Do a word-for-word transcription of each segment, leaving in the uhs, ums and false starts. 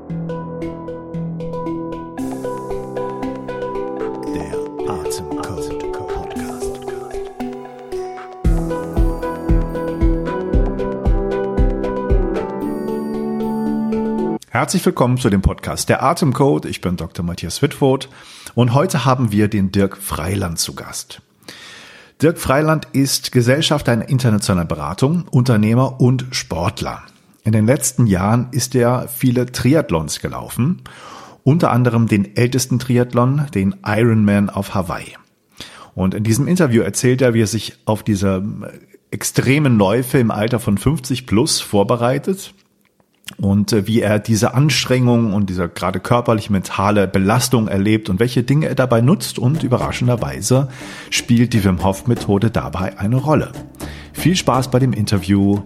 Der Atemcode Podcast. Herzlich willkommen zu dem Podcast Der Atemcode. Ich bin Doktor Matthias Wittfoth und heute haben wir den Dirk Freiland zu Gast. Dirk Freiland ist Gesellschafter einer internationalen Beratung, Unternehmer und Sportler. In den letzten Jahren ist er viele Triathlons gelaufen, unter anderem den ältesten Triathlon, den Ironman auf Hawaii. Und in diesem Interview erzählt er, wie er sich auf diese extremen Läufe im Alter von fünfzig plus vorbereitet und wie er diese Anstrengung und diese gerade körperliche, mentale Belastung erlebt und welche Dinge er dabei nutzt, und überraschenderweise spielt die Wim Hof Methode dabei eine Rolle. Viel Spaß bei dem Interview.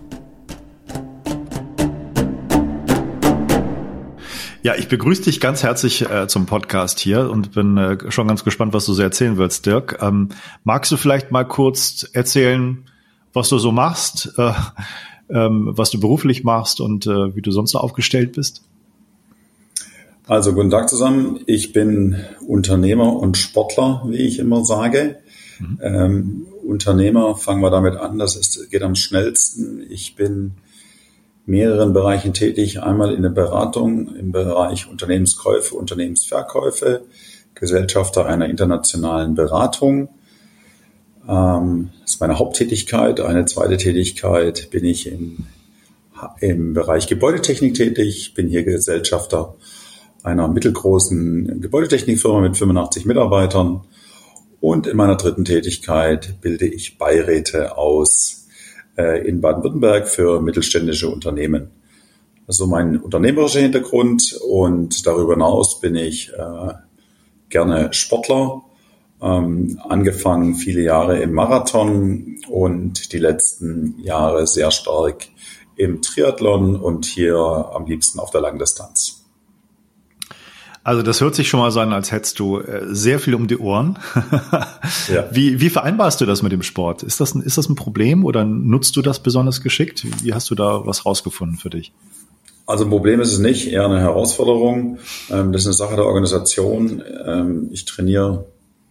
Ja, ich begrüße dich ganz herzlich äh, zum Podcast hier und bin äh, schon ganz gespannt, was du so erzählen willst, Dirk. Ähm, magst du vielleicht mal kurz erzählen, was du so machst, äh, ähm, was du beruflich machst und äh, wie du sonst so aufgestellt bist? Also guten Tag zusammen. Ich bin Unternehmer und Sportler, wie ich immer sage. Mhm. Ähm, Unternehmer, fangen wir damit an, das ist, geht am schnellsten. Ich bin in mehreren Bereichen tätig. Einmal in der Beratung im Bereich Unternehmenskäufe, Unternehmensverkäufe, Gesellschafter einer internationalen Beratung. Ähm, das ist meine Haupttätigkeit. Eine zweite Tätigkeit bin ich im, im Bereich Gebäudetechnik tätig. Bin hier Gesellschafter einer mittelgroßen Gebäudetechnikfirma mit fünfundachtzig Mitarbeitern. Und in meiner dritten Tätigkeit bilde ich Beiräte aus äh, in Baden-Württemberg für mittelständische Unternehmen. Das ist so mein unternehmerischer Hintergrund. Und darüber hinaus bin ich äh, gerne Sportler. Ähm, angefangen viele Jahre im Marathon und die letzten Jahre sehr stark im Triathlon und hier am liebsten auf der Langdistanz. Also das hört sich schon mal so an, als hättest du sehr viel um die Ohren. Ja. Wie, wie vereinbarst du das mit dem Sport? Ist das, ein, ist das ein Problem oder nutzt du das besonders geschickt? Wie hast du da was rausgefunden für dich? Also ein Problem ist es nicht, eher eine Herausforderung. Das ist eine Sache der Organisation. Ich trainiere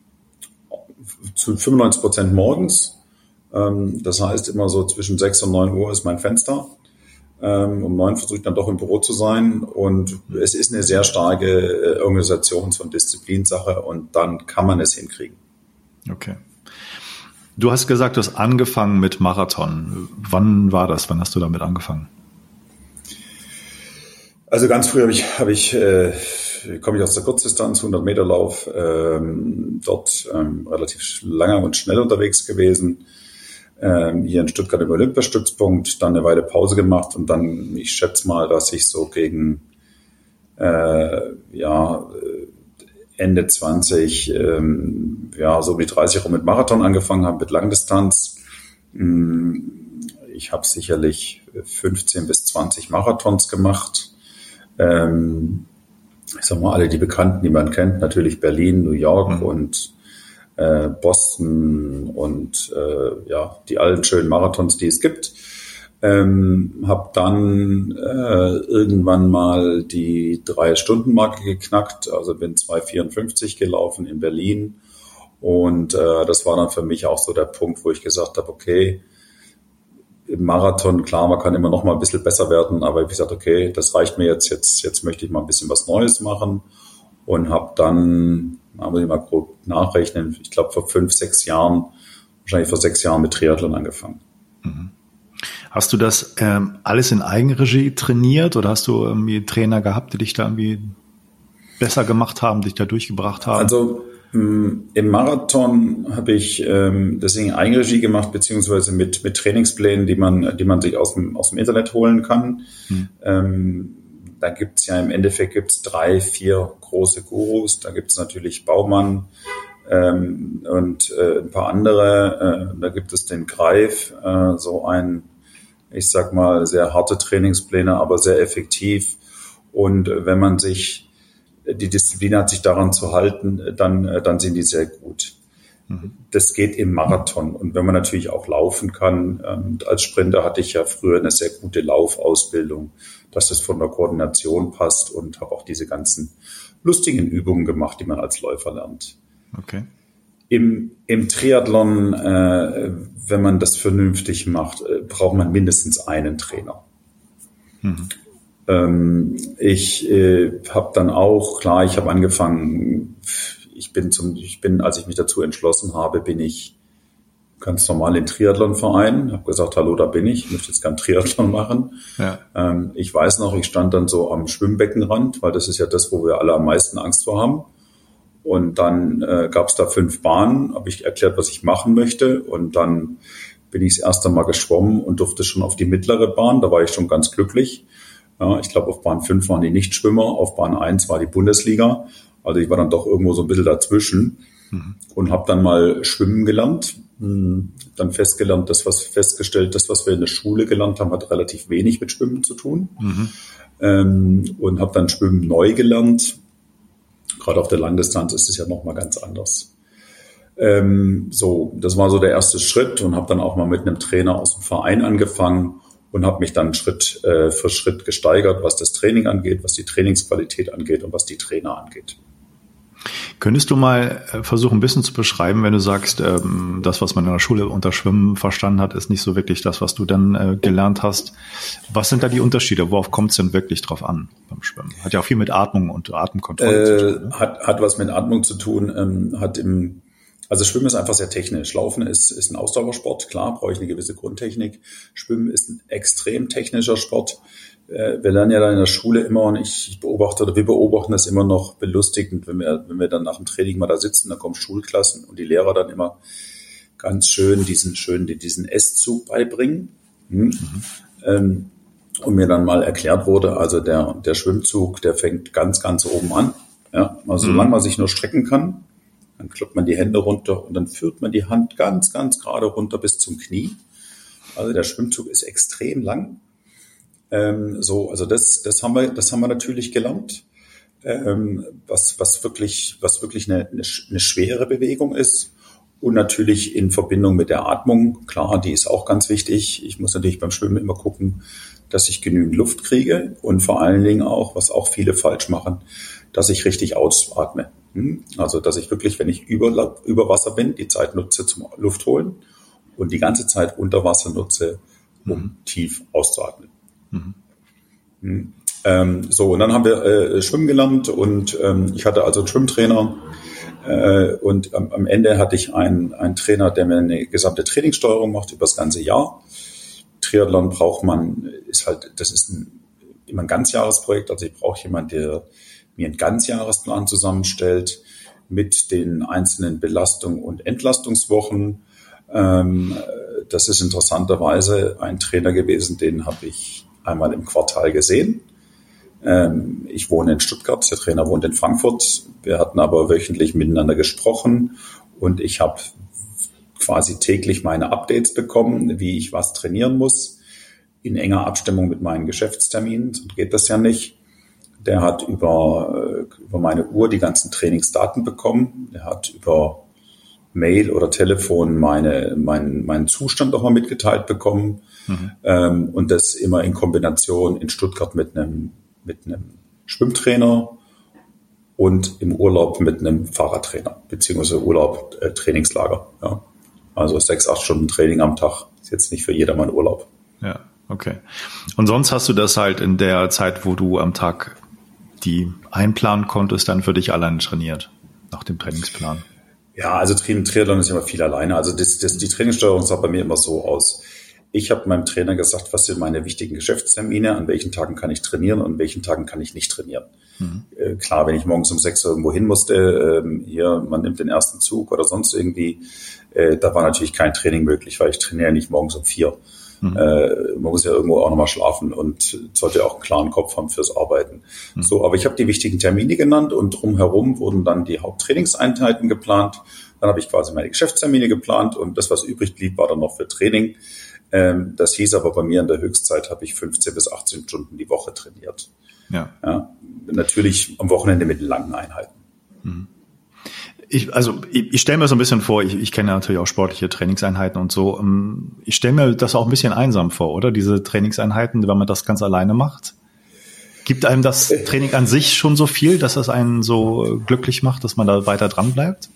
zu fünfundneunzig Prozent morgens. Das heißt, immer so zwischen sechs und neun Uhr ist mein Fenster. Um neun versuche ich dann doch im Büro zu sein. Und es ist eine sehr starke Organisations- und Disziplinsache und dann kann man es hinkriegen. Okay. Du hast gesagt, du hast angefangen mit Marathon. Wann war das? Wann hast du damit angefangen? Also ganz früh habe ich, habe ich äh, komme ich aus der Kurzdistanz, hundert Meter Lauf, ähm, dort ähm, relativ lange und schnell unterwegs gewesen. Ähm, hier in Stuttgart im Olympiastützpunkt, dann eine Weile Pause gemacht und dann, ich schätze mal, dass ich so gegen äh, ja Ende zwanzig, ähm, ja so wie dreißig rum mit Marathon angefangen habe, mit Langdistanz. Ich habe sicherlich fünfzehn bis zwanzig Marathons gemacht. Ähm, ich sag mal, alle die Bekannten, die man kennt, natürlich Berlin, New York mhm. und äh, Boston und äh, ja, die allen schönen Marathons, die es gibt. Ähm, habe dann äh, irgendwann mal die Drei-Stunden-Marke geknackt, also bin zwei vierundfünfzig gelaufen in Berlin und äh, das war dann für mich auch so der Punkt, wo ich gesagt habe, okay, im Marathon, klar, man kann immer noch mal ein bisschen besser werden, aber ich gesagt, okay, das reicht mir jetzt, jetzt, jetzt möchte ich mal ein bisschen was Neues machen und habe dann, da muss ich mal grob nachrechnen, ich glaube vor fünf, sechs Jahren, wahrscheinlich vor sechs Jahren mit Triathlon angefangen. Mhm. Hast du das ähm, alles in Eigenregie trainiert oder hast du irgendwie Trainer gehabt, die dich da irgendwie besser gemacht haben, dich da durchgebracht haben? Also im Marathon habe ich ähm, deswegen Eigenregie gemacht, beziehungsweise mit, mit Trainingsplänen, die man, die man sich aus dem, aus dem Internet holen kann. Hm. Ähm, da gibt's ja im Endeffekt gibt's drei, vier große Gurus. Da gibt's natürlich Baumann ähm, und äh, ein paar andere. Äh, da gibt es den Greif, äh, so ein, ich sag mal, sehr harte Trainingspläne, aber sehr effektiv. Und wenn man sich die Disziplin hat, sich daran zu halten, dann, dann sind die sehr gut. Mhm. Das geht im Marathon. Und wenn man natürlich auch laufen kann, ähm, als Sprinter hatte ich ja früher eine sehr gute Laufausbildung, dass das von der Koordination passt und habe auch diese ganzen lustigen Übungen gemacht, die man als Läufer lernt. Okay. Im, im Triathlon, äh, wenn man das vernünftig macht, äh, braucht man mindestens einen Trainer. Mhm. Ähm, ich äh, habe dann auch, klar, ich habe angefangen, ich bin zum, ich bin, als ich mich dazu entschlossen habe, bin ich ganz normal in den Triathlonverein, habe gesagt, hallo, da bin ich, ich möchte jetzt gern Triathlon machen. Ja. Ähm, ich weiß noch, ich stand dann so am Schwimmbeckenrand, weil das ist ja das, wo wir alle am meisten Angst vor haben. Und dann äh, gab es da fünf Bahnen, habe ich erklärt, was ich machen möchte. Und dann bin ich das erste Mal geschwommen und durfte schon auf die mittlere Bahn. Da war ich schon ganz glücklich. Ja, ich glaube, auf Bahn fünf waren die Nichtschwimmer, auf Bahn eins war die Bundesliga. Also ich war dann doch irgendwo so ein bisschen dazwischen mhm. und habe dann mal schwimmen gelernt. Dann festgelernt, das was festgestellt, das, was wir in der Schule gelernt haben, hat relativ wenig mit Schwimmen zu tun. Mhm. Ähm, und habe dann Schwimmen neu gelernt. Gerade auf der Langdistanz ist es ja nochmal ganz anders. Ähm, so, das war so der erste Schritt und habe dann auch mal mit einem Trainer aus dem Verein angefangen und habe mich dann Schritt äh, für Schritt gesteigert, was das Training angeht, was die Trainingsqualität angeht und was die Trainer angeht. Könntest du mal versuchen, ein bisschen zu beschreiben, wenn du sagst, ähm, das, was man in der Schule unter Schwimmen verstanden hat, ist nicht so wirklich das, was du dann äh, gelernt hast. Was sind da die Unterschiede? Worauf kommt es denn wirklich drauf an beim Schwimmen? Hat ja auch viel mit Atmung und Atemkontrolle äh, zu tun. Ne? Hat, hat was mit Atmung zu tun. Ähm, hat im, also Schwimmen ist einfach sehr technisch. Laufen ist, ist ein Ausdauersport. Klar, brauche ich eine gewisse Grundtechnik. Schwimmen ist ein extrem technischer Sport. Wir lernen ja dann in der Schule immer, und ich beobachte, oder wir beobachten das immer noch belustigend, wenn wir, wenn wir dann nach dem Training mal da sitzen, da kommen Schulklassen und die Lehrer dann immer ganz schön diesen, schön diesen S-Zug beibringen. Hm. Mhm. Ähm, und mir dann mal erklärt wurde, also der, der Schwimmzug, der fängt ganz, ganz oben an. Ja, also mhm. solange man sich nur strecken kann, dann kloppt man die Hände runter und dann führt man die Hand ganz, ganz gerade runter bis zum Knie. Also der Schwimmzug ist extrem lang. Ähm, so, also das, das haben wir, das haben wir natürlich gelernt. Ähm, was, was wirklich, was wirklich eine, eine, eine schwere Bewegung ist. Und natürlich in Verbindung mit der Atmung. Klar, die ist auch ganz wichtig. Ich muss natürlich beim Schwimmen immer gucken, dass ich genügend Luft kriege. Und vor allen Dingen auch, was auch viele falsch machen, dass ich richtig ausatme. Also, dass ich wirklich, wenn ich über, über Wasser bin, die Zeit nutze zum Luft holen und die ganze Zeit unter Wasser nutze, um mhm. tief auszuatmen. Mhm. Ähm, so, und dann haben wir äh, Schwimmen gelernt und ähm, ich hatte also einen Schwimmtrainer äh, und am, am Ende hatte ich einen, einen Trainer, der mir eine gesamte Trainingssteuerung macht über das ganze Jahr. Triathlon braucht man, ist halt, das ist ein, immer ein Ganzjahresprojekt, also ich brauche jemanden, der mir einen Ganzjahresplan zusammenstellt mit den einzelnen Belastung- und Entlastungswochen. Ähm, das ist interessanterweise ein Trainer gewesen, den habe ich einmal im Quartal gesehen. Ähm, ich wohne in Stuttgart, der Trainer wohnt in Frankfurt. Wir hatten aber wöchentlich miteinander gesprochen und ich habe quasi täglich meine Updates bekommen, wie ich was trainieren muss, in enger Abstimmung mit meinen Geschäftsterminen. So geht das ja nicht. Der hat über, über meine Uhr die ganzen Trainingsdaten bekommen. Der hat über Mail oder Telefon meine, mein, meinen Zustand auch mal mitgeteilt bekommen. Mhm. Ähm, und das immer in Kombination in Stuttgart mit einem, mit einem Schwimmtrainer und im Urlaub mit einem Fahrradtrainer, beziehungsweise Urlaub, äh, Trainingslager. Ja. Also sechs, acht Stunden Training am Tag ist jetzt nicht für jedermann Urlaub. Ja, okay. Und sonst hast du das halt in der Zeit, wo du am Tag die einplanen konntest, dann für dich alleine trainiert, nach dem Trainingsplan? Ja, also Triathlon ist immer viel alleine. Also das, das, die Trainingssteuerung sah bei mir immer so aus. Ich habe meinem Trainer gesagt, was sind meine wichtigen Geschäftstermine, an welchen Tagen kann ich trainieren und an welchen Tagen kann ich nicht trainieren. Mhm. Äh, klar, wenn ich morgens um sechs irgendwo hin musste, äh, hier, man nimmt den ersten Zug oder sonst irgendwie, äh, da war natürlich kein Training möglich, weil ich trainiere nicht morgens um vier. Mhm. Äh, man muss ja irgendwo auch nochmal schlafen und sollte auch einen klaren Kopf haben fürs Arbeiten. Mhm. So, aber ich habe die wichtigen Termine genannt und drumherum wurden dann die Haupttrainingseinheiten geplant. Dann habe ich quasi meine Geschäftstermine geplant und das, was übrig blieb, war dann noch für Training. Ähm, das hieß aber bei mir in der Höchstzeit habe ich fünfzehn bis achtzehn Stunden die Woche trainiert. Ja. Ja, natürlich am Wochenende mit langen Einheiten. Mhm. Ich, also ich, ich stelle mir so ein bisschen vor, ich, ich kenne natürlich auch sportliche Trainingseinheiten und so. Ich stelle mir das auch ein bisschen einsam vor, oder? Diese Trainingseinheiten, wenn man das ganz alleine macht. Gibt einem das Training an sich schon so viel, dass das einen so glücklich macht, dass man da weiter dran bleibt?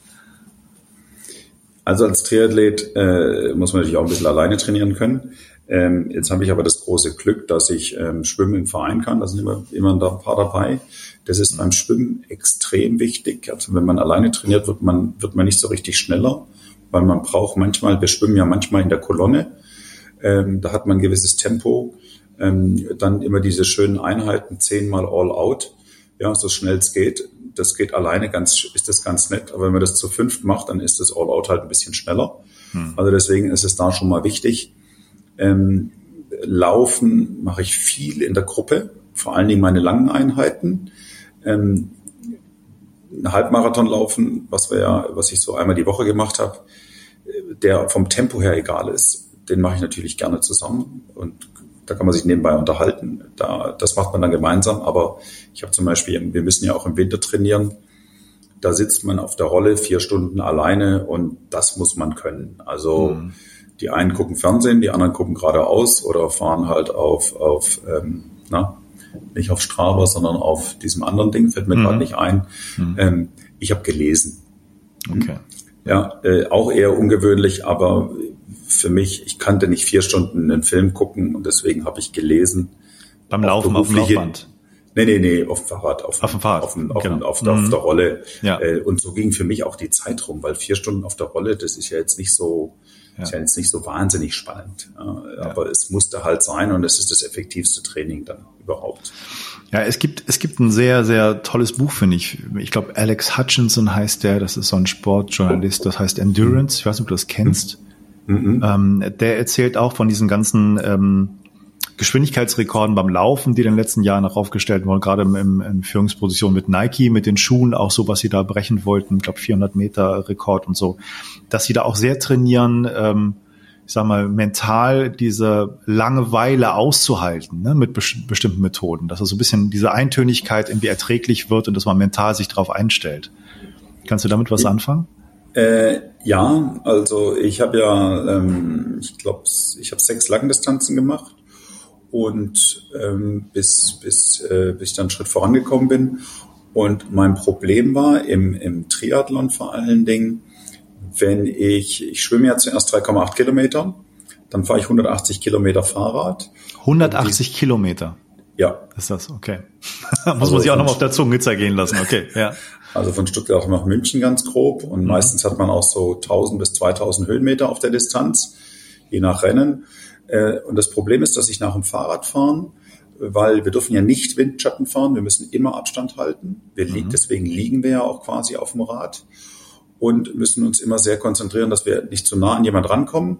Also als Triathlet äh, muss man natürlich auch ein bisschen alleine trainieren können. Ähm, jetzt habe ich aber das große Glück, dass ich ähm, Schwimmen im Verein kann. Da sind immer, immer ein paar dabei. Das ist beim Schwimmen extrem wichtig. Also wenn man alleine trainiert, wird man, wird man nicht so richtig schneller, weil man braucht manchmal, wir schwimmen ja manchmal in der Kolonne, ähm, da hat man ein gewisses Tempo, ähm, dann immer diese schönen Einheiten, zehnmal all out, ja, so schnell es geht. Das geht alleine ganz, ist das ganz nett. Aber wenn man das zu fünft macht, dann ist das all out halt ein bisschen schneller. Hm. Also deswegen ist es da schon mal wichtig. Ähm, Laufen mache ich viel in der Gruppe, vor allen Dingen meine langen Einheiten. Ähm, einen Halbmarathon laufen, was wir ja, was ich so einmal die Woche gemacht habe, der vom Tempo her egal ist, den mache ich natürlich gerne zusammen und da kann man sich nebenbei unterhalten. Da, das macht man dann gemeinsam. Aber ich habe zum Beispiel, wir müssen ja auch im Winter trainieren. Da sitzt man auf der Rolle vier Stunden alleine und das muss man können. Also mhm. die einen gucken Fernsehen, die anderen gucken geradeaus oder fahren halt auf, auf ähm, na, nicht auf Strava, sondern auf diesem anderen Ding, fällt mir mhm. gerade nicht ein. Mhm. Ähm, ich habe gelesen. Okay. Ja, äh, auch eher ungewöhnlich, aber für mich, ich kannte nicht vier Stunden einen Film gucken und deswegen habe ich gelesen. Beim Laufen auf dem Laufband? Nee, nee, nee, auf dem Fahrrad. Auf, auf dem Fahrrad, auf, dem, auf, genau. dem, auf, der, auf der Rolle. Ja. Und so ging für mich auch die Zeit rum, weil vier Stunden auf der Rolle, das ist ja jetzt nicht so, ja. ist ja jetzt nicht so wahnsinnig spannend. Aber ja. es musste halt sein und es ist das effektivste Training dann überhaupt. Ja, es gibt, es gibt ein sehr, sehr tolles Buch, finde ich. Ich glaube, Alex Hutchinson heißt der, das ist so ein Sportjournalist, das heißt Endurance. Ich weiß nicht, ob du das kennst. Mhm. Ähm, der erzählt auch von diesen ganzen ähm, Geschwindigkeitsrekorden beim Laufen, die in den letzten Jahren auch aufgestellt wurden, gerade im, im, in Führungsposition mit Nike, mit den Schuhen, auch so, was sie da brechen wollten, ich glaube vierhundert Meter Rekord und so, dass sie da auch sehr trainieren, ähm, ich sag mal, mental diese Langeweile auszuhalten, ne, mit bes- bestimmten Methoden, dass es so ein bisschen diese Eintönigkeit irgendwie erträglich wird und dass man mental sich darauf einstellt. Kannst du damit was anfangen? Äh, ja, also ich habe ja, ähm, ich glaube, ich habe sechs Langdistanzen gemacht und ähm, bis bis äh, bis ich dann einen Schritt vorangekommen bin. Und mein Problem war im im Triathlon vor allen Dingen, wenn ich ich schwimme ja zuerst drei Komma acht Kilometer, dann fahre ich hundertachtzig Kilometer Fahrrad. hundertachtzig die, Kilometer. Ja. Ist das okay? Muss also man sich auch nochmal auf der Zunge zergehen lassen. Okay, ja. Also von Stuttgart nach München ganz grob. Und mhm. meistens hat man auch so tausend bis zweitausend Höhenmeter auf der Distanz, je nach Rennen. Und das Problem ist, dass ich nach dem Fahrradfahren, weil wir dürfen ja nicht Windschatten fahren, wir müssen immer Abstand halten. Wir liegen, mhm. Deswegen liegen wir ja auch quasi auf dem Rad und müssen uns immer sehr konzentrieren, dass wir nicht zu nah an jemand rankommen,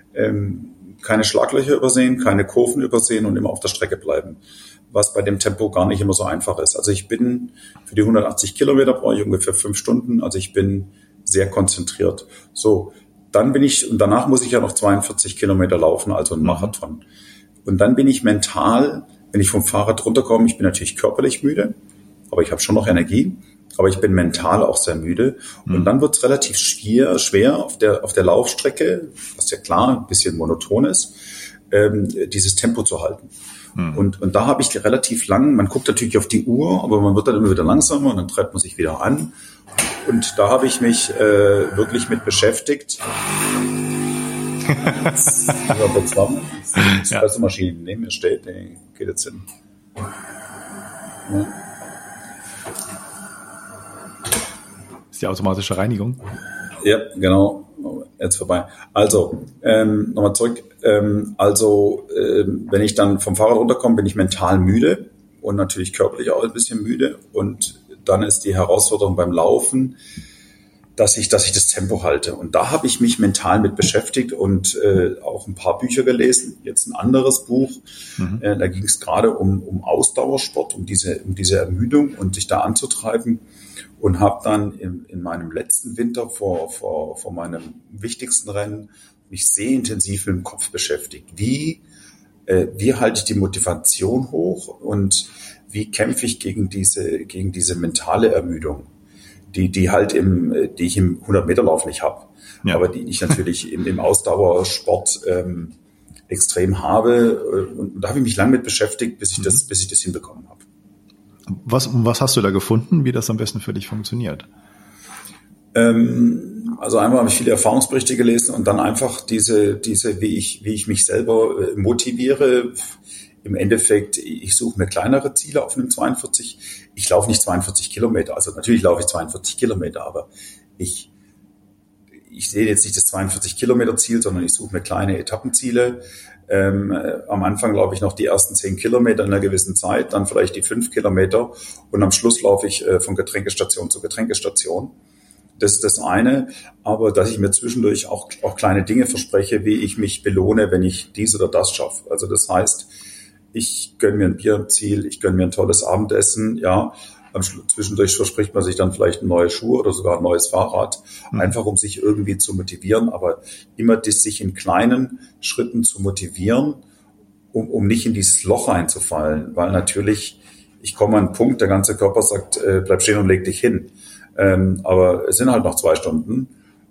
keine Schlaglöcher übersehen, keine Kurven übersehen und immer auf der Strecke bleiben, was bei dem Tempo gar nicht immer so einfach ist. Also ich bin, für die hundertachtzig Kilometer brauche ich ungefähr fünf Stunden, also ich bin sehr konzentriert. So, dann bin ich, und danach muss ich ja noch zweiundvierzig Kilometer laufen, also ein Marathon. Und dann bin ich mental, wenn ich vom Fahrrad runterkomme, ich bin natürlich körperlich müde, aber ich habe schon noch Energie, aber ich bin mental auch sehr müde. Und dann wird es relativ schwer, schwer auf der, auf der Laufstrecke, was ja klar ein bisschen monoton ist, ähm, dieses Tempo zu halten. Mhm. Und, und da habe ich relativ lang, man guckt natürlich auf die Uhr, aber man wird dann immer wieder langsamer und dann treibt man sich wieder an. Und da habe ich mich äh, wirklich mit beschäftigt. Jetzt, die Espressomaschine neben mir steht, die geht jetzt hin. Ja. Ist die automatische Reinigung? Ja, genau. Jetzt vorbei. Also, ähm, nochmal zurück. Ähm, also, ähm, wenn ich dann vom Fahrrad runterkomme, bin ich mental müde und natürlich körperlich auch ein bisschen müde. Und dann ist die Herausforderung beim Laufen, dass ich, dass ich das Tempo halte. Und da habe ich mich mental mit beschäftigt und äh, auch ein paar Bücher gelesen. Jetzt ein anderes Buch. Mhm. Äh, da ging es gerade um, um Ausdauersport, um diese, um diese Ermüdung und sich da anzutreiben. Und habe dann in, in meinem letzten Winter vor, vor, vor meinem wichtigsten Rennen mich sehr intensiv mit dem Kopf beschäftigt. Wie, äh, wie halte ich die Motivation hoch und wie kämpfe ich gegen diese, gegen diese mentale Ermüdung, die, die halt im, die ich im hundert-Meter-Lauf nicht habe, ja. aber die ich natürlich im, im Ausdauersport ähm, extrem habe. Und da habe ich mich lange mit beschäftigt, bis ich das, bis ich das hinbekommen habe. Was, was hast du da gefunden, wie das am besten für dich funktioniert? Ähm, also einmal habe ich viele Erfahrungsberichte gelesen und dann einfach diese, diese, wie ich, wie ich mich selber motiviere. Im Endeffekt, ich suche mir kleinere Ziele auf einem zweiundvierzig. Ich laufe nicht zweiundvierzig Kilometer. Also natürlich laufe ich zweiundvierzig Kilometer, aber ich, ich sehe jetzt nicht das zweiundvierzig Kilometer Ziel, sondern ich suche mir kleine Etappenziele. Ähm, äh, am Anfang laufe ich noch die ersten zehn Kilometer in einer gewissen Zeit, dann vielleicht die fünf Kilometer und am Schluss laufe ich äh, von Getränkestation zu Getränkestation. Das ist das eine, aber dass ich mir zwischendurch auch, auch kleine Dinge verspreche, wie ich mich belohne, wenn ich dies oder das schaffe. Also das heißt, ich gönne mir ein Bierziel, ich gönne mir ein tolles Abendessen, ja. Zwischendurch verspricht man sich dann vielleicht neue Schuhe oder sogar ein neues Fahrrad, mhm. einfach um sich irgendwie zu motivieren, aber immer das, sich in kleinen Schritten zu motivieren, um, um nicht in dieses Loch reinzufallen, weil natürlich, ich komme an einen Punkt, der ganze Körper sagt, äh, bleib stehen und leg dich hin, ähm, aber es sind halt noch zwei Stunden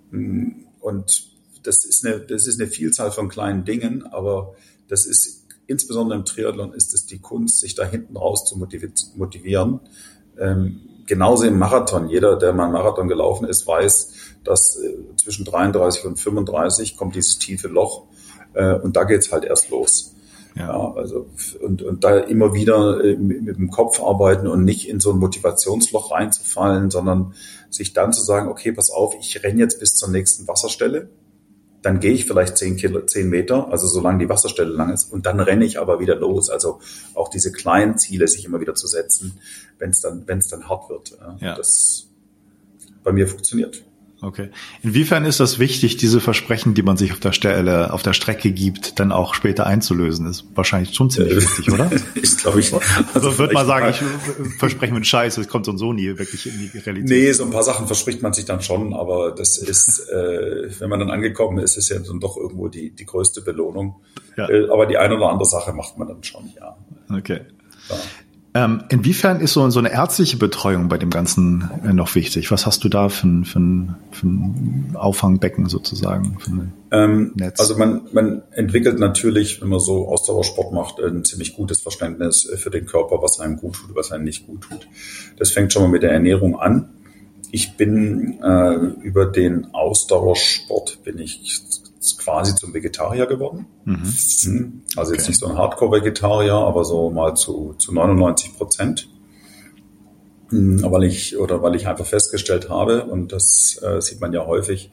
und das ist eine, das ist eine Vielzahl von kleinen Dingen, aber das ist, insbesondere im Triathlon ist es die Kunst, sich da hinten raus zu motivieren. Ähm, genauso im Marathon. Jeder, der mal einen Marathon gelaufen ist, weiß, dass äh, zwischen dreiunddreißig und fünfunddreißig kommt dieses tiefe Loch äh, und da geht's halt erst los. Ja, ja also und und da immer wieder äh, mit, mit dem Kopf arbeiten und nicht in so ein Motivationsloch reinzufallen, sondern sich dann zu sagen, okay, pass auf, ich renne jetzt bis zur nächsten Wasserstelle. Dann gehe ich vielleicht zehn Kilo, zehn Meter, also solange die Wasserstelle lang ist, und dann renne ich aber wieder los. Also auch diese kleinen Ziele sich immer wieder zu setzen, wenn es dann, wenn es dann hart wird. Ja. Das bei mir funktioniert. Okay. Inwiefern ist das wichtig, diese Versprechen, die man sich auf der Stelle, auf der Strecke gibt, dann auch später einzulösen? Ist wahrscheinlich schon ziemlich wichtig, oder? Ich glaube, ich. Also würde man sagen, ich verspreche mir einen Scheiß, es kommt so und so nie wirklich in die Realität. Nee, so ein paar Sachen verspricht man sich dann schon, aber das ist, äh, wenn man dann angekommen ist, ist ja dann doch irgendwo die, die größte Belohnung. Ja. Äh, aber die eine oder andere Sache macht man dann schon, ja. Okay. Ja. Ähm, inwiefern ist so, so eine ärztliche Betreuung bei dem Ganzen äh, noch wichtig? Was hast du da für ein, für ein, für ein Auffangbecken sozusagen? Für ein ähm, Netz? Also man, man entwickelt natürlich, wenn man so Ausdauersport macht, ein ziemlich gutes Verständnis für den Körper, was einem gut tut, was einem nicht gut tut. Das fängt schon mal mit der Ernährung an. Ich bin äh, über den Ausdauersport bin ich quasi zum Vegetarier geworden. Mhm. Also jetzt okay. nicht so ein Hardcore-Vegetarier, aber so mal zu, zu neunundneunzig Prozent. Weil ich, oder weil ich einfach festgestellt habe, und das äh, sieht man ja häufig,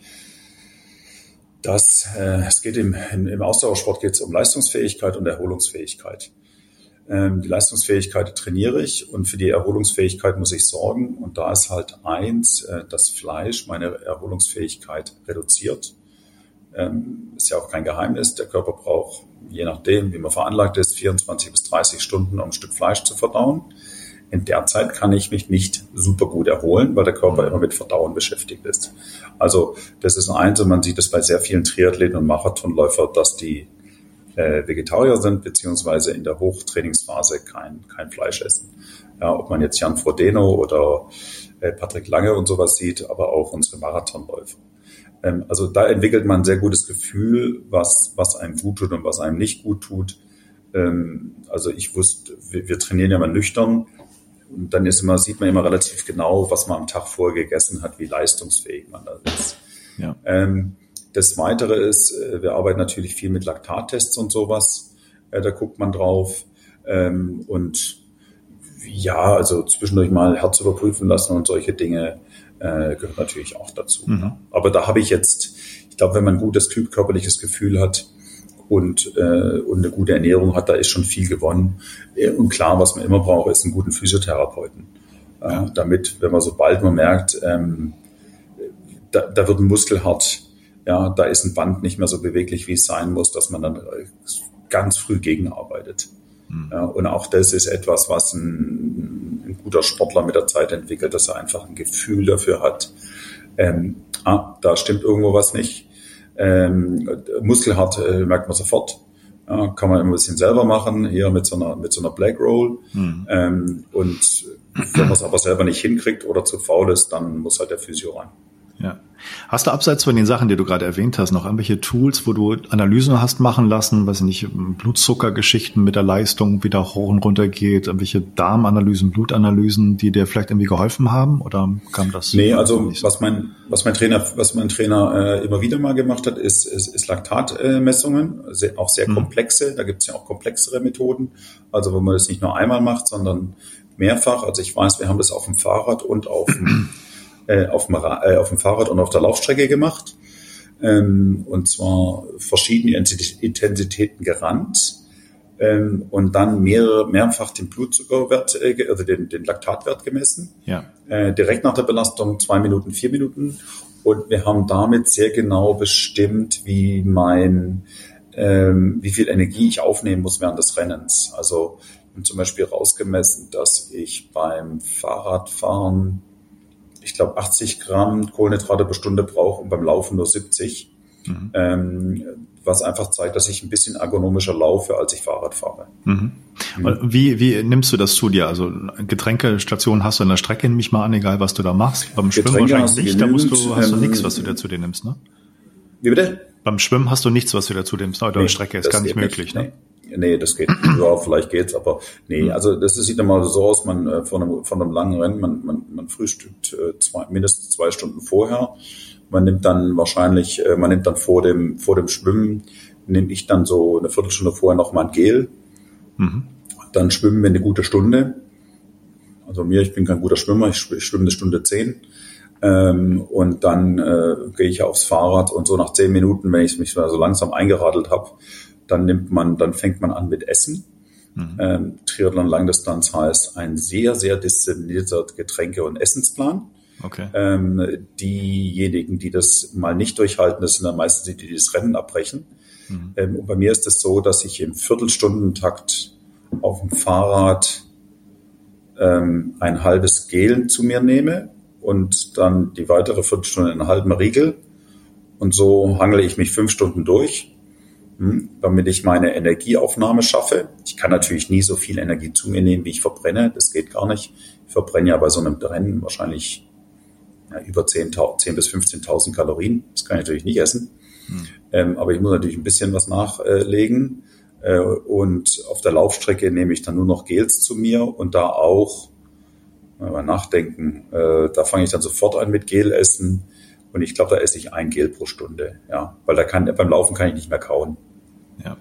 dass äh, es geht im, im, im Ausdauersport geht es um Leistungsfähigkeit und Erholungsfähigkeit. Ähm, die Leistungsfähigkeit trainiere ich und für die Erholungsfähigkeit muss ich sorgen. Und da ist halt eins, äh, das Fleisch meine Erholungsfähigkeit reduziert. Ähm, ist ja auch kein Geheimnis. Der Körper braucht, je nachdem, wie man veranlagt ist, vierundzwanzig bis dreißig Stunden, um ein Stück Fleisch zu verdauen. In der Zeit kann ich mich nicht super gut erholen, weil der Körper immer mit Verdauen beschäftigt ist. Also das ist eins, und man sieht es bei sehr vielen Triathleten und Marathonläufern, dass die äh, Vegetarier sind, beziehungsweise in der Hochtrainingsphase kein, kein Fleisch essen. Ja, ob man jetzt Jan Frodeno oder äh, Patrick Lange und sowas sieht, aber auch unsere Marathonläufer. Also da entwickelt man ein sehr gutes Gefühl, was, was einem gut tut und was einem nicht gut tut. Also ich wusste, wir, wir trainieren ja mal nüchtern und dann ist immer, sieht man immer relativ genau, was man am Tag vorher gegessen hat, wie leistungsfähig man da ist. Ja. Das Weitere ist, wir arbeiten natürlich viel mit Laktattests und sowas. Da guckt man drauf. Und ja, also zwischendurch mal Herz überprüfen lassen und solche Dinge Äh, gehört natürlich auch dazu. Mhm. Aber da habe ich jetzt, ich glaube, wenn man ein gutes körperliches Gefühl hat und, äh, und eine gute Ernährung hat, da ist schon viel gewonnen. Und klar, was man immer braucht, ist einen guten Physiotherapeuten. Ja. Äh, damit, wenn man sobald man merkt, ähm, da, da wird ein Muskel hart, ja, da ist ein Band nicht mehr so beweglich, wie es sein muss, dass man dann ganz früh gegenarbeitet. Ja, und auch das ist etwas, was ein, ein guter Sportler mit der Zeit entwickelt, dass er einfach ein Gefühl dafür hat, ähm, ah, da stimmt irgendwo was nicht. Ähm, muskelhart äh, merkt man sofort. Ja, kann man ein bisschen selber machen, hier mit so einer, mit so einer Black Roll. Mhm. Ähm, und wenn man es aber selber nicht hinkriegt oder zu faul ist, dann muss halt der Physio rein. Ja. Hast du abseits von den Sachen, die du gerade erwähnt hast, noch irgendwelche Tools, wo du Analysen hast machen lassen, weiß ich nicht, Blutzuckergeschichten mit der Leistung, wie da hoch und runter geht, irgendwelche Darmanalysen, Blutanalysen, die dir vielleicht irgendwie geholfen haben, oder kam das? Nee, also was mein was mein Trainer was mein Trainer äh, immer wieder mal gemacht hat, ist ist, ist Laktatmessungen, äh, auch sehr komplexe. Hm. Da gibt es ja auch komplexere Methoden, also wo man das nicht nur einmal macht, sondern mehrfach. Also ich weiß, wir haben das auf dem Fahrrad und auf dem Äh, auf, dem, äh, auf dem Fahrrad und auf der Laufstrecke gemacht. Ähm, und zwar verschiedene Intensitäten gerannt ähm, und dann mehrere, mehrfach den Blutzuckerwert, äh, also den, den Laktatwert gemessen. Ja. Äh, direkt nach der Belastung zwei Minuten, vier Minuten. Und wir haben damit sehr genau bestimmt, wie mein, ähm, wie viel Energie ich aufnehmen muss während des Rennens. Also wir haben zum Beispiel rausgemessen, dass ich beim Fahrradfahren ich glaube, achtzig Gramm Kohlenhydrate pro Stunde brauche und beim Laufen nur siebzig. Mhm. Ähm, was einfach zeigt, dass ich ein bisschen ergonomischer laufe, als ich Fahrrad fahre. Mhm. Mhm. Wie, wie nimmst du das zu dir? Also Getränkestationen hast du an der Strecke, nehme ich mal an, egal was du da machst. Beim Schwimmen Getränke wahrscheinlich nicht, da musst du, hast du nichts, was du dazu dir nimmst, ne? Wie bitte? Beim Schwimmen hast du nichts, was du dazu nimmst. Oder nee, Strecke ist gar nicht möglich, nicht. ne? Nee, das geht. Ja, vielleicht geht's, aber nee, also das sieht immer so aus, man äh, von, einem, von einem langen Rennen, man, man, man frühstückt äh, zwei, mindestens zwei Stunden vorher. Man nimmt dann wahrscheinlich, äh, man nimmt dann vor dem, vor dem Schwimmen, nehme ich dann so eine Viertelstunde vorher noch mal ein Gel. Mhm. Dann schwimmen wir eine gute Stunde. Also mir, ich bin kein guter Schwimmer, ich schwimme eine Stunde zehn. Ähm, und dann äh, gehe ich aufs Fahrrad und so nach zehn Minuten, wenn ich mich so langsam eingeradelt habe, dann nimmt man, dann fängt man an mit Essen. Mhm. Ähm, Triathlon Langdistanz heißt ein sehr, sehr disziplinierter Getränke- und Essensplan. Okay. Ähm, diejenigen, die das mal nicht durchhalten, das sind dann meistens die, die das Rennen abbrechen. Mhm. Ähm, und bei mir ist es so, dass ich im Viertelstundentakt auf dem Fahrrad ähm, ein halbes Gel zu mir nehme und dann die weitere Viertelstunde einen halben Riegel. Und so hangle ich mich fünf Stunden durch, damit ich meine Energieaufnahme schaffe. Ich kann natürlich nie so viel Energie zu mir nehmen, wie ich verbrenne. Das geht gar nicht. Ich verbrenne ja bei so einem Rennen wahrscheinlich ja, über zehn bis fünfzehntausend Kalorien. Das kann ich natürlich nicht essen. Hm. Ähm, aber ich muss natürlich ein bisschen was nachlegen. Äh, und auf der Laufstrecke nehme ich dann nur noch Gels zu mir und da auch, mal nachdenken, äh, da fange ich dann sofort an mit Gel essen. Und ich glaube, da esse ich ein Gel pro Stunde, ja, weil da kann, beim Laufen kann ich nicht mehr kauen. Ja.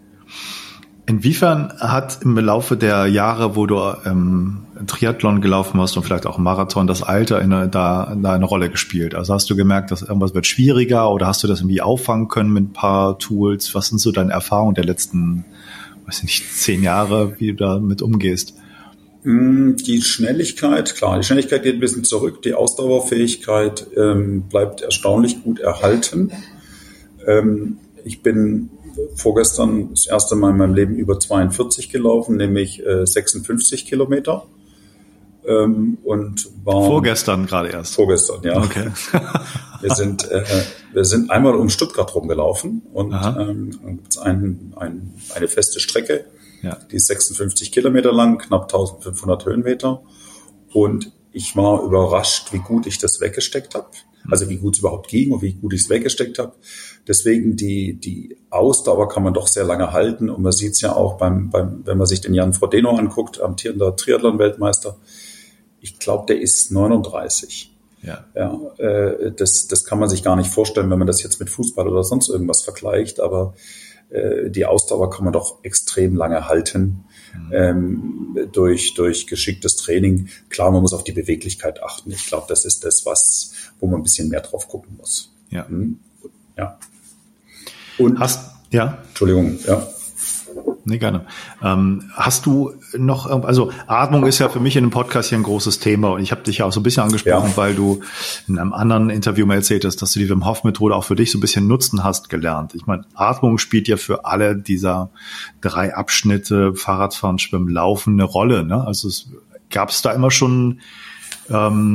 Inwiefern hat im Laufe der Jahre, wo du ähm, Triathlon gelaufen hast und vielleicht auch Marathon, das Alter in, da, da eine Rolle gespielt? Also hast du gemerkt, dass irgendwas wird schwieriger oder hast du das irgendwie auffangen können mit ein paar Tools? Was sind so deine Erfahrungen der letzten, weiß ich nicht, zehn Jahre, wie du damit umgehst? Die Schnelligkeit, klar, die Schnelligkeit geht ein bisschen zurück. Die Ausdauerfähigkeit ähm, bleibt erstaunlich gut erhalten. Ähm, ich bin vorgestern das erste Mal in meinem Leben über zweiundvierzig gelaufen, nämlich äh, sechsundfünfzig Kilometer. Ähm, und war vorgestern gerade erst. Vorgestern, ja. Okay. wir sind äh, wir sind einmal um Stuttgart rumgelaufen und ähm, dann gibt es ein, ein, eine feste Strecke. Ja. Die ist sechsundfünfzig Kilometer lang, knapp eintausendfünfhundert Höhenmeter. Und ich war überrascht, wie gut ich das weggesteckt habe. Also wie gut es überhaupt ging und wie gut ich es weggesteckt habe. Deswegen die die Ausdauer kann man doch sehr lange halten. Und man sieht es ja auch, beim, beim, wenn man sich den Jan Frodeno anguckt, amtierender Triathlon-Weltmeister. Ich glaube, der ist neununddreißig. Ja. Ja, äh, das, das kann man sich gar nicht vorstellen, wenn man das jetzt mit Fußball oder sonst irgendwas vergleicht. Aber die Ausdauer kann man doch extrem lange halten, mhm. ähm, durch, durch geschicktes Training. Klar, man muss auf die Beweglichkeit achten. Ich glaube, das ist das, was, wo man ein bisschen mehr drauf gucken muss. Ja. Mhm. Ja. Und, Hast, ja. Entschuldigung, ja. Nee, gerne. Ähm, hast du noch, also Atmung ist ja für mich in einem Podcast hier ein großes Thema und ich habe dich ja auch so ein bisschen angesprochen, ja. weil du in einem anderen Interview mal erzählt hast, dass du die Wim Hof Methode auch für dich so ein bisschen nutzen hast gelernt. Ich meine, Atmung spielt ja für alle dieser drei Abschnitte, Fahrradfahren, Schwimmen, Laufen, eine Rolle, ne? Also es gab es da immer schon ähm,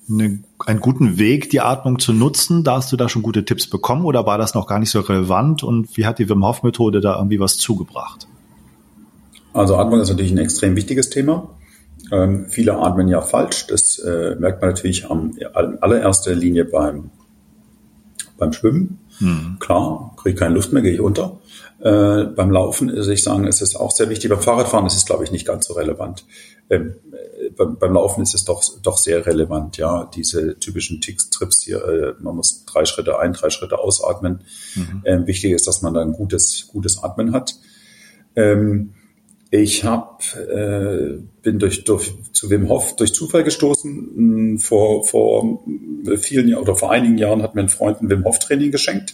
eine, einen guten Weg, die Atmung zu nutzen? Da hast du da schon gute Tipps bekommen oder war das noch gar nicht so relevant? Und wie hat die Wim Hof Methode da irgendwie was zugebracht? Also Atmung ist natürlich ein extrem wichtiges Thema. Ähm, viele atmen ja falsch. Das äh, merkt man natürlich am, in allererster Linie beim, beim Schwimmen. Hm. Klar, kriege ich keine Luft mehr, gehe ich unter. Äh, beim Laufen, also ich sagen, ist es auch sehr wichtig. Beim Fahrradfahren ist es, glaube ich, nicht ganz so relevant. Ähm, äh, beim, beim Laufen ist es doch, doch sehr relevant, ja. Diese typischen Ticks, Trips hier, äh, man muss drei Schritte ein, drei Schritte ausatmen. Mhm. Ähm, wichtig ist, dass man da ein gutes, gutes Atmen hat. Ähm, ich hab, äh, bin durch, durch zu Wim Hof durch Zufall gestoßen. Vor, vor vielen Jahren oder vor einigen Jahren hat mir ein Freund ein Wim Hof Training geschenkt.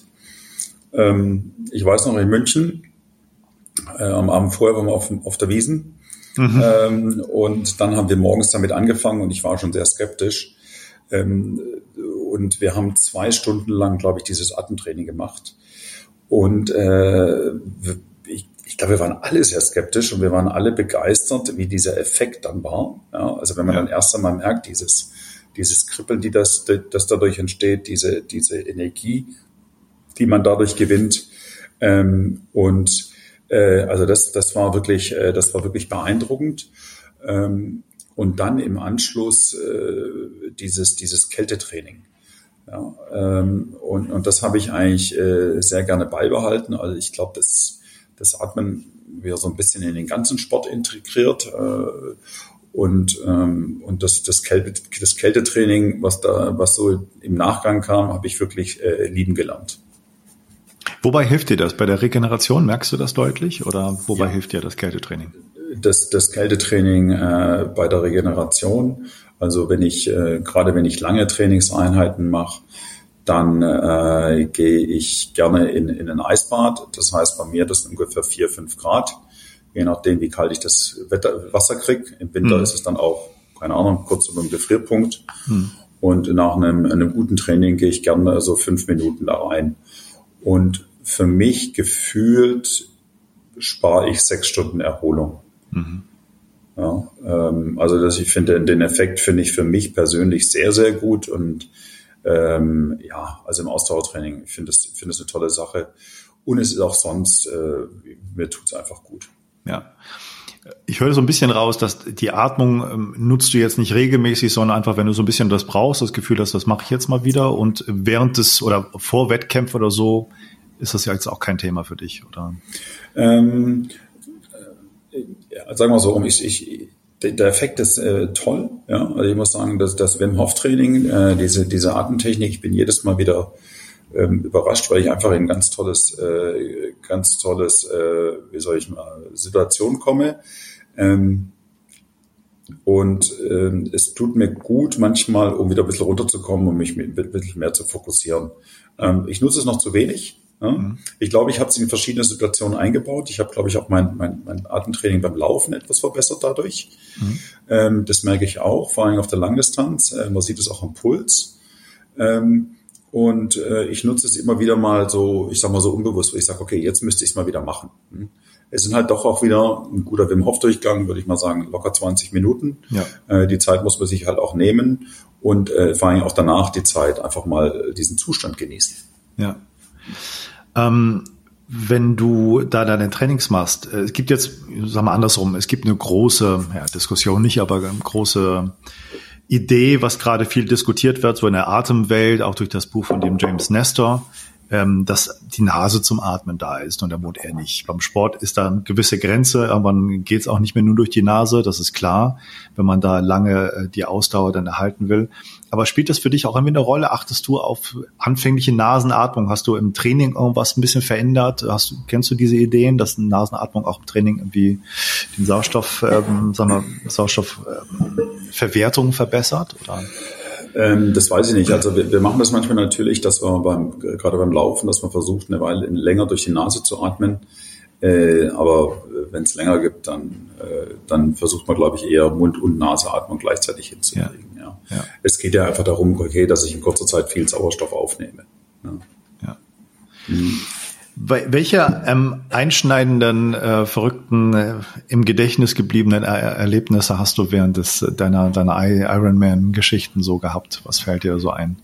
Ich weiß noch, in München, äh, am Abend vorher waren wir auf, auf der Wiesn. Mhm. Ähm, und dann haben wir morgens damit angefangen und ich war schon sehr skeptisch. Ähm, und wir haben zwei Stunden lang, glaube ich, dieses Atemtraining gemacht. Und äh, ich, ich glaube, wir waren alle sehr skeptisch und wir waren alle begeistert, wie dieser Effekt dann war. Ja, also wenn man ja. dann erst einmal merkt, dieses, dieses Kribbeln, die das, das dadurch entsteht, diese, diese Energie, die man dadurch gewinnt. Ähm, und äh, also das, das war wirklich, äh, das war wirklich beeindruckend. Ähm, und dann im Anschluss äh, dieses, dieses Kältetraining. Ja, ähm, und, und das habe ich eigentlich äh, sehr gerne beibehalten. Also ich glaube, das, das Atmen wird so ein bisschen in den ganzen Sport integriert. Äh, und ähm, und das, das, Kälte, das Kältetraining, was da, was so im Nachgang kam, habe ich wirklich äh, lieben gelernt. Wobei hilft dir das? Bei der Regeneration merkst du das deutlich oder wobei ja. hilft dir das Kältetraining? Das, das Kältetraining äh, bei der Regeneration, also wenn ich, äh, gerade wenn ich lange Trainingseinheiten mache, dann äh, gehe ich gerne in, in ein Eisbad. Das heißt bei mir, das sind ungefähr vier, fünf Grad, je nachdem, wie kalt ich das Wetter, Wasser kriege. Im Winter hm. ist es dann auch, keine Ahnung, kurz über dem Gefrierpunkt. Hm. Und nach einem, einem guten Training gehe ich gerne so fünf Minuten da rein. Und für mich gefühlt spare ich sechs Stunden Erholung. Mhm. Ja, ähm, also das, ich finde, den Effekt finde ich für mich persönlich sehr, sehr gut. Und ähm, ja, also im Ausdauertraining, ich finde das, finde das eine tolle Sache. Und es ist auch sonst, äh, mir tut es einfach gut. Ja. Ich höre so ein bisschen raus, dass die Atmung ähm, nutzt du jetzt nicht regelmäßig, sondern einfach, wenn du so ein bisschen das brauchst, das Gefühl hast, das mache ich jetzt mal wieder. Und während des oder vor Wettkämpfen oder so ist das ja jetzt auch kein Thema für dich, oder? Ähm, ja, sagen wir so, ich, ich, der Effekt ist äh, toll. Ja, also ich muss sagen, dass das Wim Hof Training, äh, diese diese Atemtechnik, ich bin jedes Mal wieder ähm, überrascht, weil ich einfach in ein ganz tolles, äh, ganz tolles, äh, wie soll ich mal, Situation komme. Ähm, und äh, es tut mir gut manchmal, um wieder ein bisschen runterzukommen, um mich ein bisschen mehr zu fokussieren. Ähm, ich nutze es noch zu wenig. Ja. Mhm. Ich glaube, ich habe es in verschiedene Situationen eingebaut. Ich habe, glaube ich, auch mein, mein, mein Atemtraining beim Laufen etwas verbessert dadurch. Mhm. Ähm, das merke ich auch, vor allem auf der Langdistanz. Äh, man sieht es auch am Puls. Ähm, und äh, ich nutze es immer wieder mal so, ich sage mal so unbewusst, wo ich sage, okay, jetzt müsste ich es mal wieder machen. Hm. Es sind halt doch auch wieder ein guter Wim Hof Durchgang, würde ich mal sagen, locker zwanzig Minuten. Ja. Äh, die Zeit muss man sich halt auch nehmen und äh, vor allem auch danach die Zeit einfach mal diesen Zustand genießen. Ja. Ähm, wenn du da deine Trainings machst, es gibt jetzt, sagen wir andersrum, es gibt eine große, ja, Diskussion nicht, aber eine große Idee, was gerade viel diskutiert wird, so in der Atemwelt, auch durch das Buch von dem James Nestor, ähm, dass die Nase zum Atmen da ist und der Mund eher nicht. Beim Sport ist da eine gewisse Grenze, irgendwann geht es auch nicht mehr nur durch die Nase, das ist klar, wenn man da lange äh, die Ausdauer dann erhalten will. Aber spielt das für dich auch irgendwie eine Rolle? Achtest du auf anfängliche Nasenatmung? Hast du im Training irgendwas ein bisschen verändert? Hast du, kennst du diese Ideen, dass eine Nasenatmung auch im Training irgendwie den Sauerstoff, ähm, sagen wir, Sauerstoffverwertung ähm, verbessert? Oder? Ähm, das weiß ich nicht. Also wir, wir machen das manchmal natürlich, dass wir beim, gerade beim Laufen, dass man versucht, eine Weile länger durch die Nase zu atmen. Äh, aber wenn es länger gibt, dann, äh, dann versucht man, glaube ich, eher Mund- und Naseatmung gleichzeitig hinzukriegen. Ja. Ja. Ja. Es geht ja einfach darum, okay, dass ich in kurzer Zeit viel Sauerstoff aufnehme. Ja. Ja. Mhm. Welche ähm, einschneidenden, äh, verrückten, äh, im Gedächtnis gebliebenen er Erlebnisse hast du während des deiner deiner Ironman-Geschichten so gehabt? Was fällt dir so ein?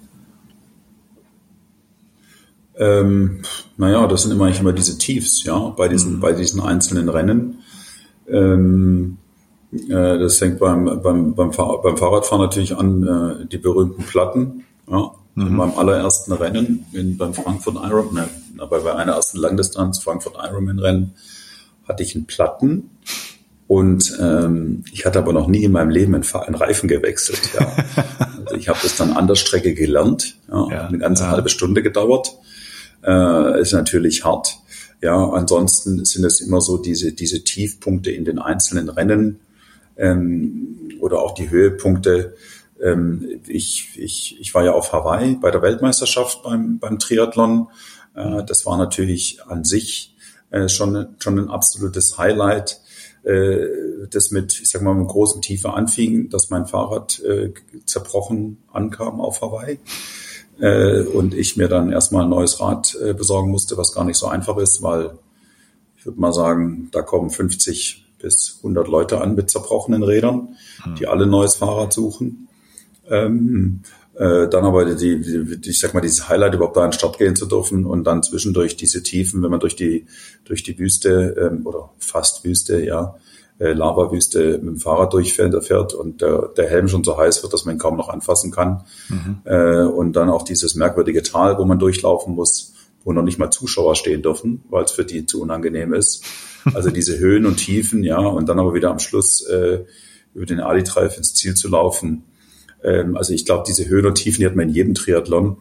Ähm, naja, das sind immer eigentlich immer diese Tiefs, ja, bei diesen mhm. bei diesen einzelnen Rennen. Ähm, äh, das fängt beim beim beim, Fahr- beim Fahrradfahren natürlich an, äh, die berühmten Platten, ja. Mhm. Beim allerersten Rennen in, beim Frankfurt Ironman, ne, bei meiner ersten Langdistanz Frankfurt Ironman Rennen hatte ich einen Platten und ähm, ich hatte aber noch nie in meinem Leben einen, einen Reifen gewechselt. Ja. Also ich habe das dann an der Strecke gelernt, ja, ja, eine ganze ja. halbe Stunde gedauert. Äh, ist natürlich hart. Ja, ansonsten sind es immer so diese diese Tiefpunkte in den einzelnen Rennen ähm, oder auch die Höhepunkte. Ich, ich, ich war ja auf Hawaii bei der Weltmeisterschaft beim, beim Triathlon. Das war natürlich an sich schon, schon ein absolutes Highlight, das mit, ich sag mal, mit großen Tiefe anfing, dass mein Fahrrad zerbrochen ankam auf Hawaii und ich mir dann erstmal ein neues Rad besorgen musste, was gar nicht so einfach ist, weil ich würde mal sagen, da kommen fünfzig bis hundert Leute an mit zerbrochenen Rädern, die alle ein neues Fahrrad suchen. Ähm, äh, dann aber die, die, ich sag mal, dieses Highlight, überhaupt da an den Start gehen zu dürfen und dann zwischendurch diese Tiefen, wenn man durch die durch die Wüste ähm, oder fast Wüste, ja, äh, Lava-Wüste mit dem Fahrrad durchfährt fährt und der, der Helm schon so heiß wird, dass man ihn kaum noch anfassen kann. Mhm. Äh, und dann auch dieses merkwürdige Tal, wo man durchlaufen muss, wo noch nicht mal Zuschauer stehen dürfen, weil es für die zu unangenehm ist. Also diese Höhen und Tiefen, ja, und dann aber wieder am Schluss äh, über den Ali-Treif ins Ziel zu laufen. Also ich glaube, diese Höhen und Tiefen, die hat man in jedem Triathlon.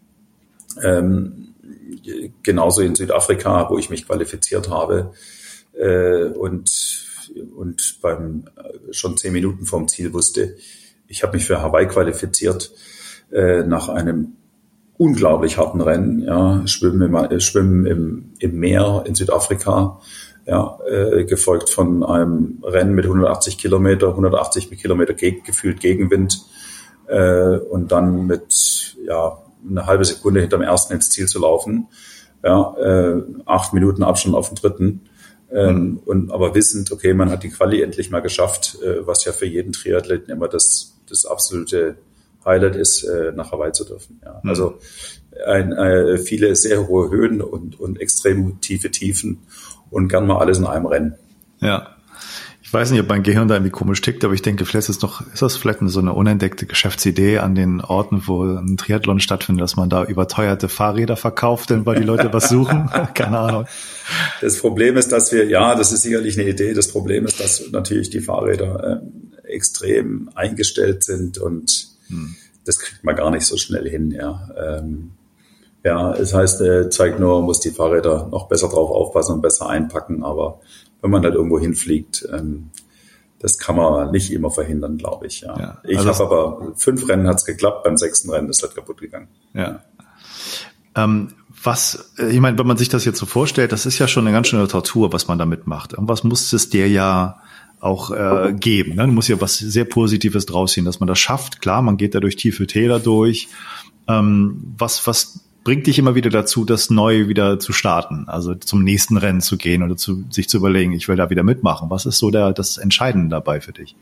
Ähm, genauso in Südafrika, wo ich mich qualifiziert habe. Äh, und und beim schon zehn Minuten vorm Ziel wusste, ich habe mich für Hawaii qualifiziert äh, nach einem unglaublich harten Rennen. Ja, Schwimmen im, Schwimmen im, im Meer in Südafrika. Ja, äh, gefolgt von einem Rennen mit hundertachtzig Kilometer, hundertachtzig Kilometer geg- gefühlt Gegenwind. Äh, und dann mit ja eine halbe Sekunde hinterm ersten ins Ziel zu laufen, ja, äh, acht Minuten Abstand auf den dritten, ähm, mhm. und aber wissend, okay, man hat die Quali endlich mal geschafft, äh, was ja für jeden Triathleten immer das das absolute Highlight ist, äh, nach Hawaii zu dürfen. Ja. Mhm. Also ein, äh, viele sehr hohe Höhen und und extrem tiefe Tiefen und gern mal alles in einem Rennen. Ja. Ich weiß nicht, ob mein Gehirn da irgendwie komisch tickt, aber ich denke, vielleicht ist doch, ist das vielleicht so eine unentdeckte Geschäftsidee an den Orten, wo ein Triathlon stattfindet, dass man da überteuerte Fahrräder verkauft, denn weil die Leute was suchen? Keine Ahnung. Das Problem ist, dass wir, ja, das ist sicherlich eine Idee. Das Problem ist, dass natürlich die Fahrräder äh, extrem eingestellt sind und hm. das kriegt man gar nicht so schnell hin, ja. Ähm, ja, es heißt, äh, zeigt nur, man muss die Fahrräder noch besser drauf aufpassen und besser einpacken, aber wenn man halt irgendwo hinfliegt, ähm, das kann man nicht immer verhindern, glaube ich. Ja. Ja, ich also habe aber fünf Rennen hat's geklappt, beim sechsten Rennen ist das kaputt gegangen. Ja. Ähm, was, ich meine, wenn man sich das jetzt so vorstellt, das ist ja schon eine ganz schöne Tortur, was man damit macht. Irgendwas muss es dir ja auch äh, geben. Ne? Du musst ja was sehr Positives draus ziehen, dass man das schafft. Klar, man geht da durch tiefe Täler durch. Ähm, was, was bringt dich immer wieder dazu, das neu wieder zu starten, also zum nächsten Rennen zu gehen oder zu, sich zu überlegen, ich will da wieder mitmachen. Was ist so der, das Entscheidende dabei für dich?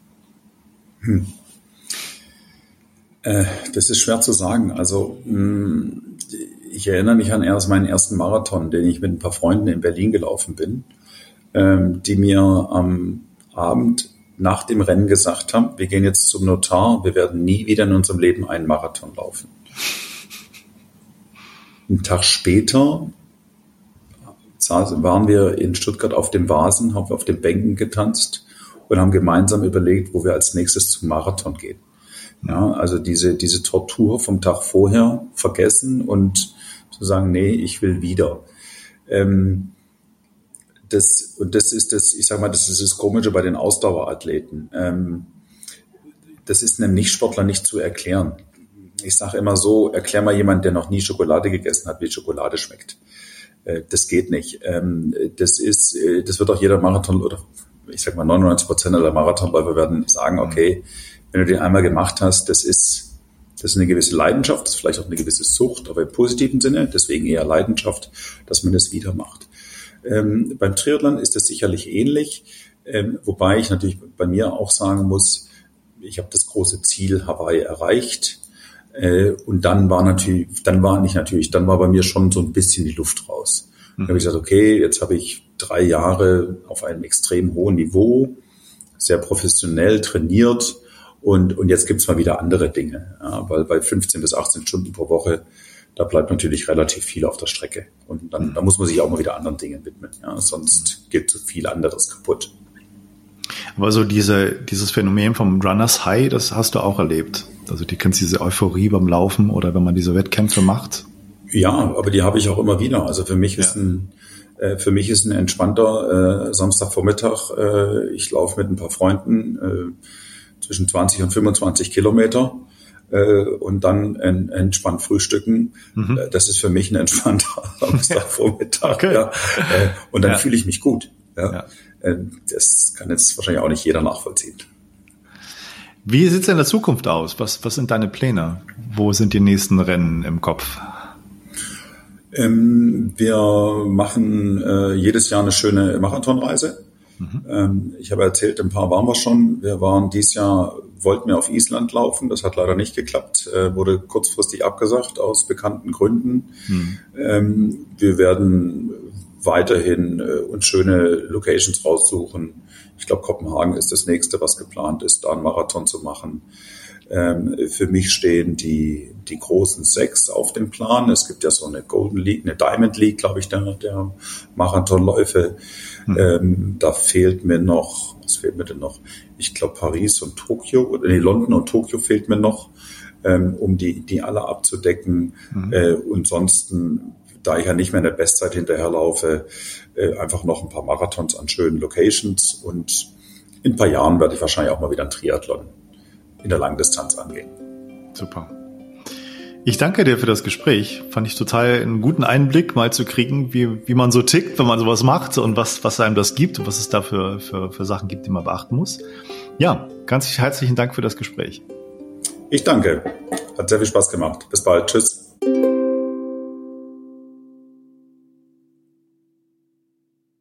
Hm. Äh, das ist schwer zu sagen. Also mh, ich erinnere mich an erst meinen ersten Marathon, den ich mit ein paar Freunden in Berlin gelaufen bin, ähm, die mir am Abend nach dem Rennen gesagt haben, wir gehen jetzt zum Notar, wir werden nie wieder in unserem Leben einen Marathon laufen. Einen Tag später waren wir in Stuttgart auf dem Vasen, haben wir auf den Bänken getanzt und haben gemeinsam überlegt, wo wir als nächstes zum Marathon gehen. Ja, also diese, diese Tortur vom Tag vorher vergessen und zu sagen, nee, ich will wieder. Ähm, das, und das ist das, ich sag mal, das ist das Komische bei den Ausdauerathleten. Ähm, das ist einem Nichtsportler nicht zu erklären. Ich sage immer so, erklär mal jemand, der noch nie Schokolade gegessen hat, wie Schokolade schmeckt. Äh, das geht nicht. Ähm, das ist, das wird auch jeder Marathon, oder ich sag mal neunundneunzig Prozent aller Marathonläufer werden sagen, okay, wenn du den einmal gemacht hast, das ist, Das ist eine gewisse Leidenschaft, das ist vielleicht auch eine gewisse Sucht, aber im positiven Sinne, deswegen eher Leidenschaft, dass man das wieder macht. Ähm, beim Triathlon ist das sicherlich ähnlich, ähm, wobei ich natürlich bei mir auch sagen muss, ich habe das große Ziel Hawaii erreicht. Und dann war natürlich, dann war nicht natürlich, dann war bei mir schon so ein bisschen die Luft raus. Mhm. Dann habe ich gesagt, okay, jetzt habe ich drei Jahre auf einem extrem hohen Niveau, sehr professionell trainiert und, und jetzt gibt's mal wieder andere Dinge. Ja, weil bei fünfzehn bis achtzehn Stunden pro Woche, da bleibt natürlich relativ viel auf der Strecke. Und dann, da muss man sich auch mal wieder anderen Dingen widmen. Ja, sonst geht so viel anderes kaputt. Aber so diese, dieses Phänomen vom Runners High, das hast du auch erlebt. Also die kennst diese Euphorie beim Laufen oder wenn man diese Wettkämpfe macht. Ja, aber die habe ich auch immer wieder. Also für mich ist ja. ein, äh, für mich ist ein entspannter äh, Samstagvormittag. Äh, ich laufe mit ein paar Freunden äh, zwischen zwanzig und fünfundzwanzig Kilometer äh, und dann en, entspannt frühstücken. Mhm. Äh, das ist für mich ein entspannter Samstagvormittag. Okay. Ja. Äh, und dann ja. fühle ich mich gut. Ja. Ja. Das kann jetzt wahrscheinlich auch nicht jeder nachvollziehen. Wie sieht es in der Zukunft aus? Was, was sind deine Pläne? Wo sind die nächsten Rennen im Kopf? Ähm, wir machen äh, jedes Jahr eine schöne Marathonreise. Mhm. Ähm, ich habe erzählt, ein paar waren wir schon. Wir waren dieses Jahr, wollten wir auf Island laufen. Das hat leider nicht geklappt. Äh, wurde kurzfristig abgesagt aus bekannten Gründen. Mhm. Ähm, wir werden weiterhin äh, uns schöne Locations raussuchen. Ich glaube, Kopenhagen ist das nächste, was geplant ist, da einen Marathon zu machen. Ähm, für mich stehen die die großen sechs auf dem Plan. Es gibt ja so eine Golden League, eine Diamond League, glaube ich, der, der Marathonläufe. Mhm. Ähm, da fehlt mir noch, was fehlt mir denn noch? Ich glaube, Paris und Tokio, oder nee, London und Tokio fehlt mir noch, ähm, um die die alle abzudecken. Mhm. Äh, und ansonsten, da ich ja nicht mehr in der Bestzeit hinterherlaufe, äh, einfach noch ein paar Marathons an schönen Locations und in ein paar Jahren werde ich wahrscheinlich auch mal wieder einen Triathlon in der Langdistanz angehen. Super. Ich danke dir für das Gespräch. Fand ich total einen guten Einblick, mal zu kriegen, wie, wie man so tickt, wenn man sowas macht und was, was einem das gibt und was es da für, für, für Sachen gibt, die man beachten muss. Ja, ganz herzlichen Dank für das Gespräch. Ich danke. Hat sehr viel Spaß gemacht. Bis bald. Tschüss.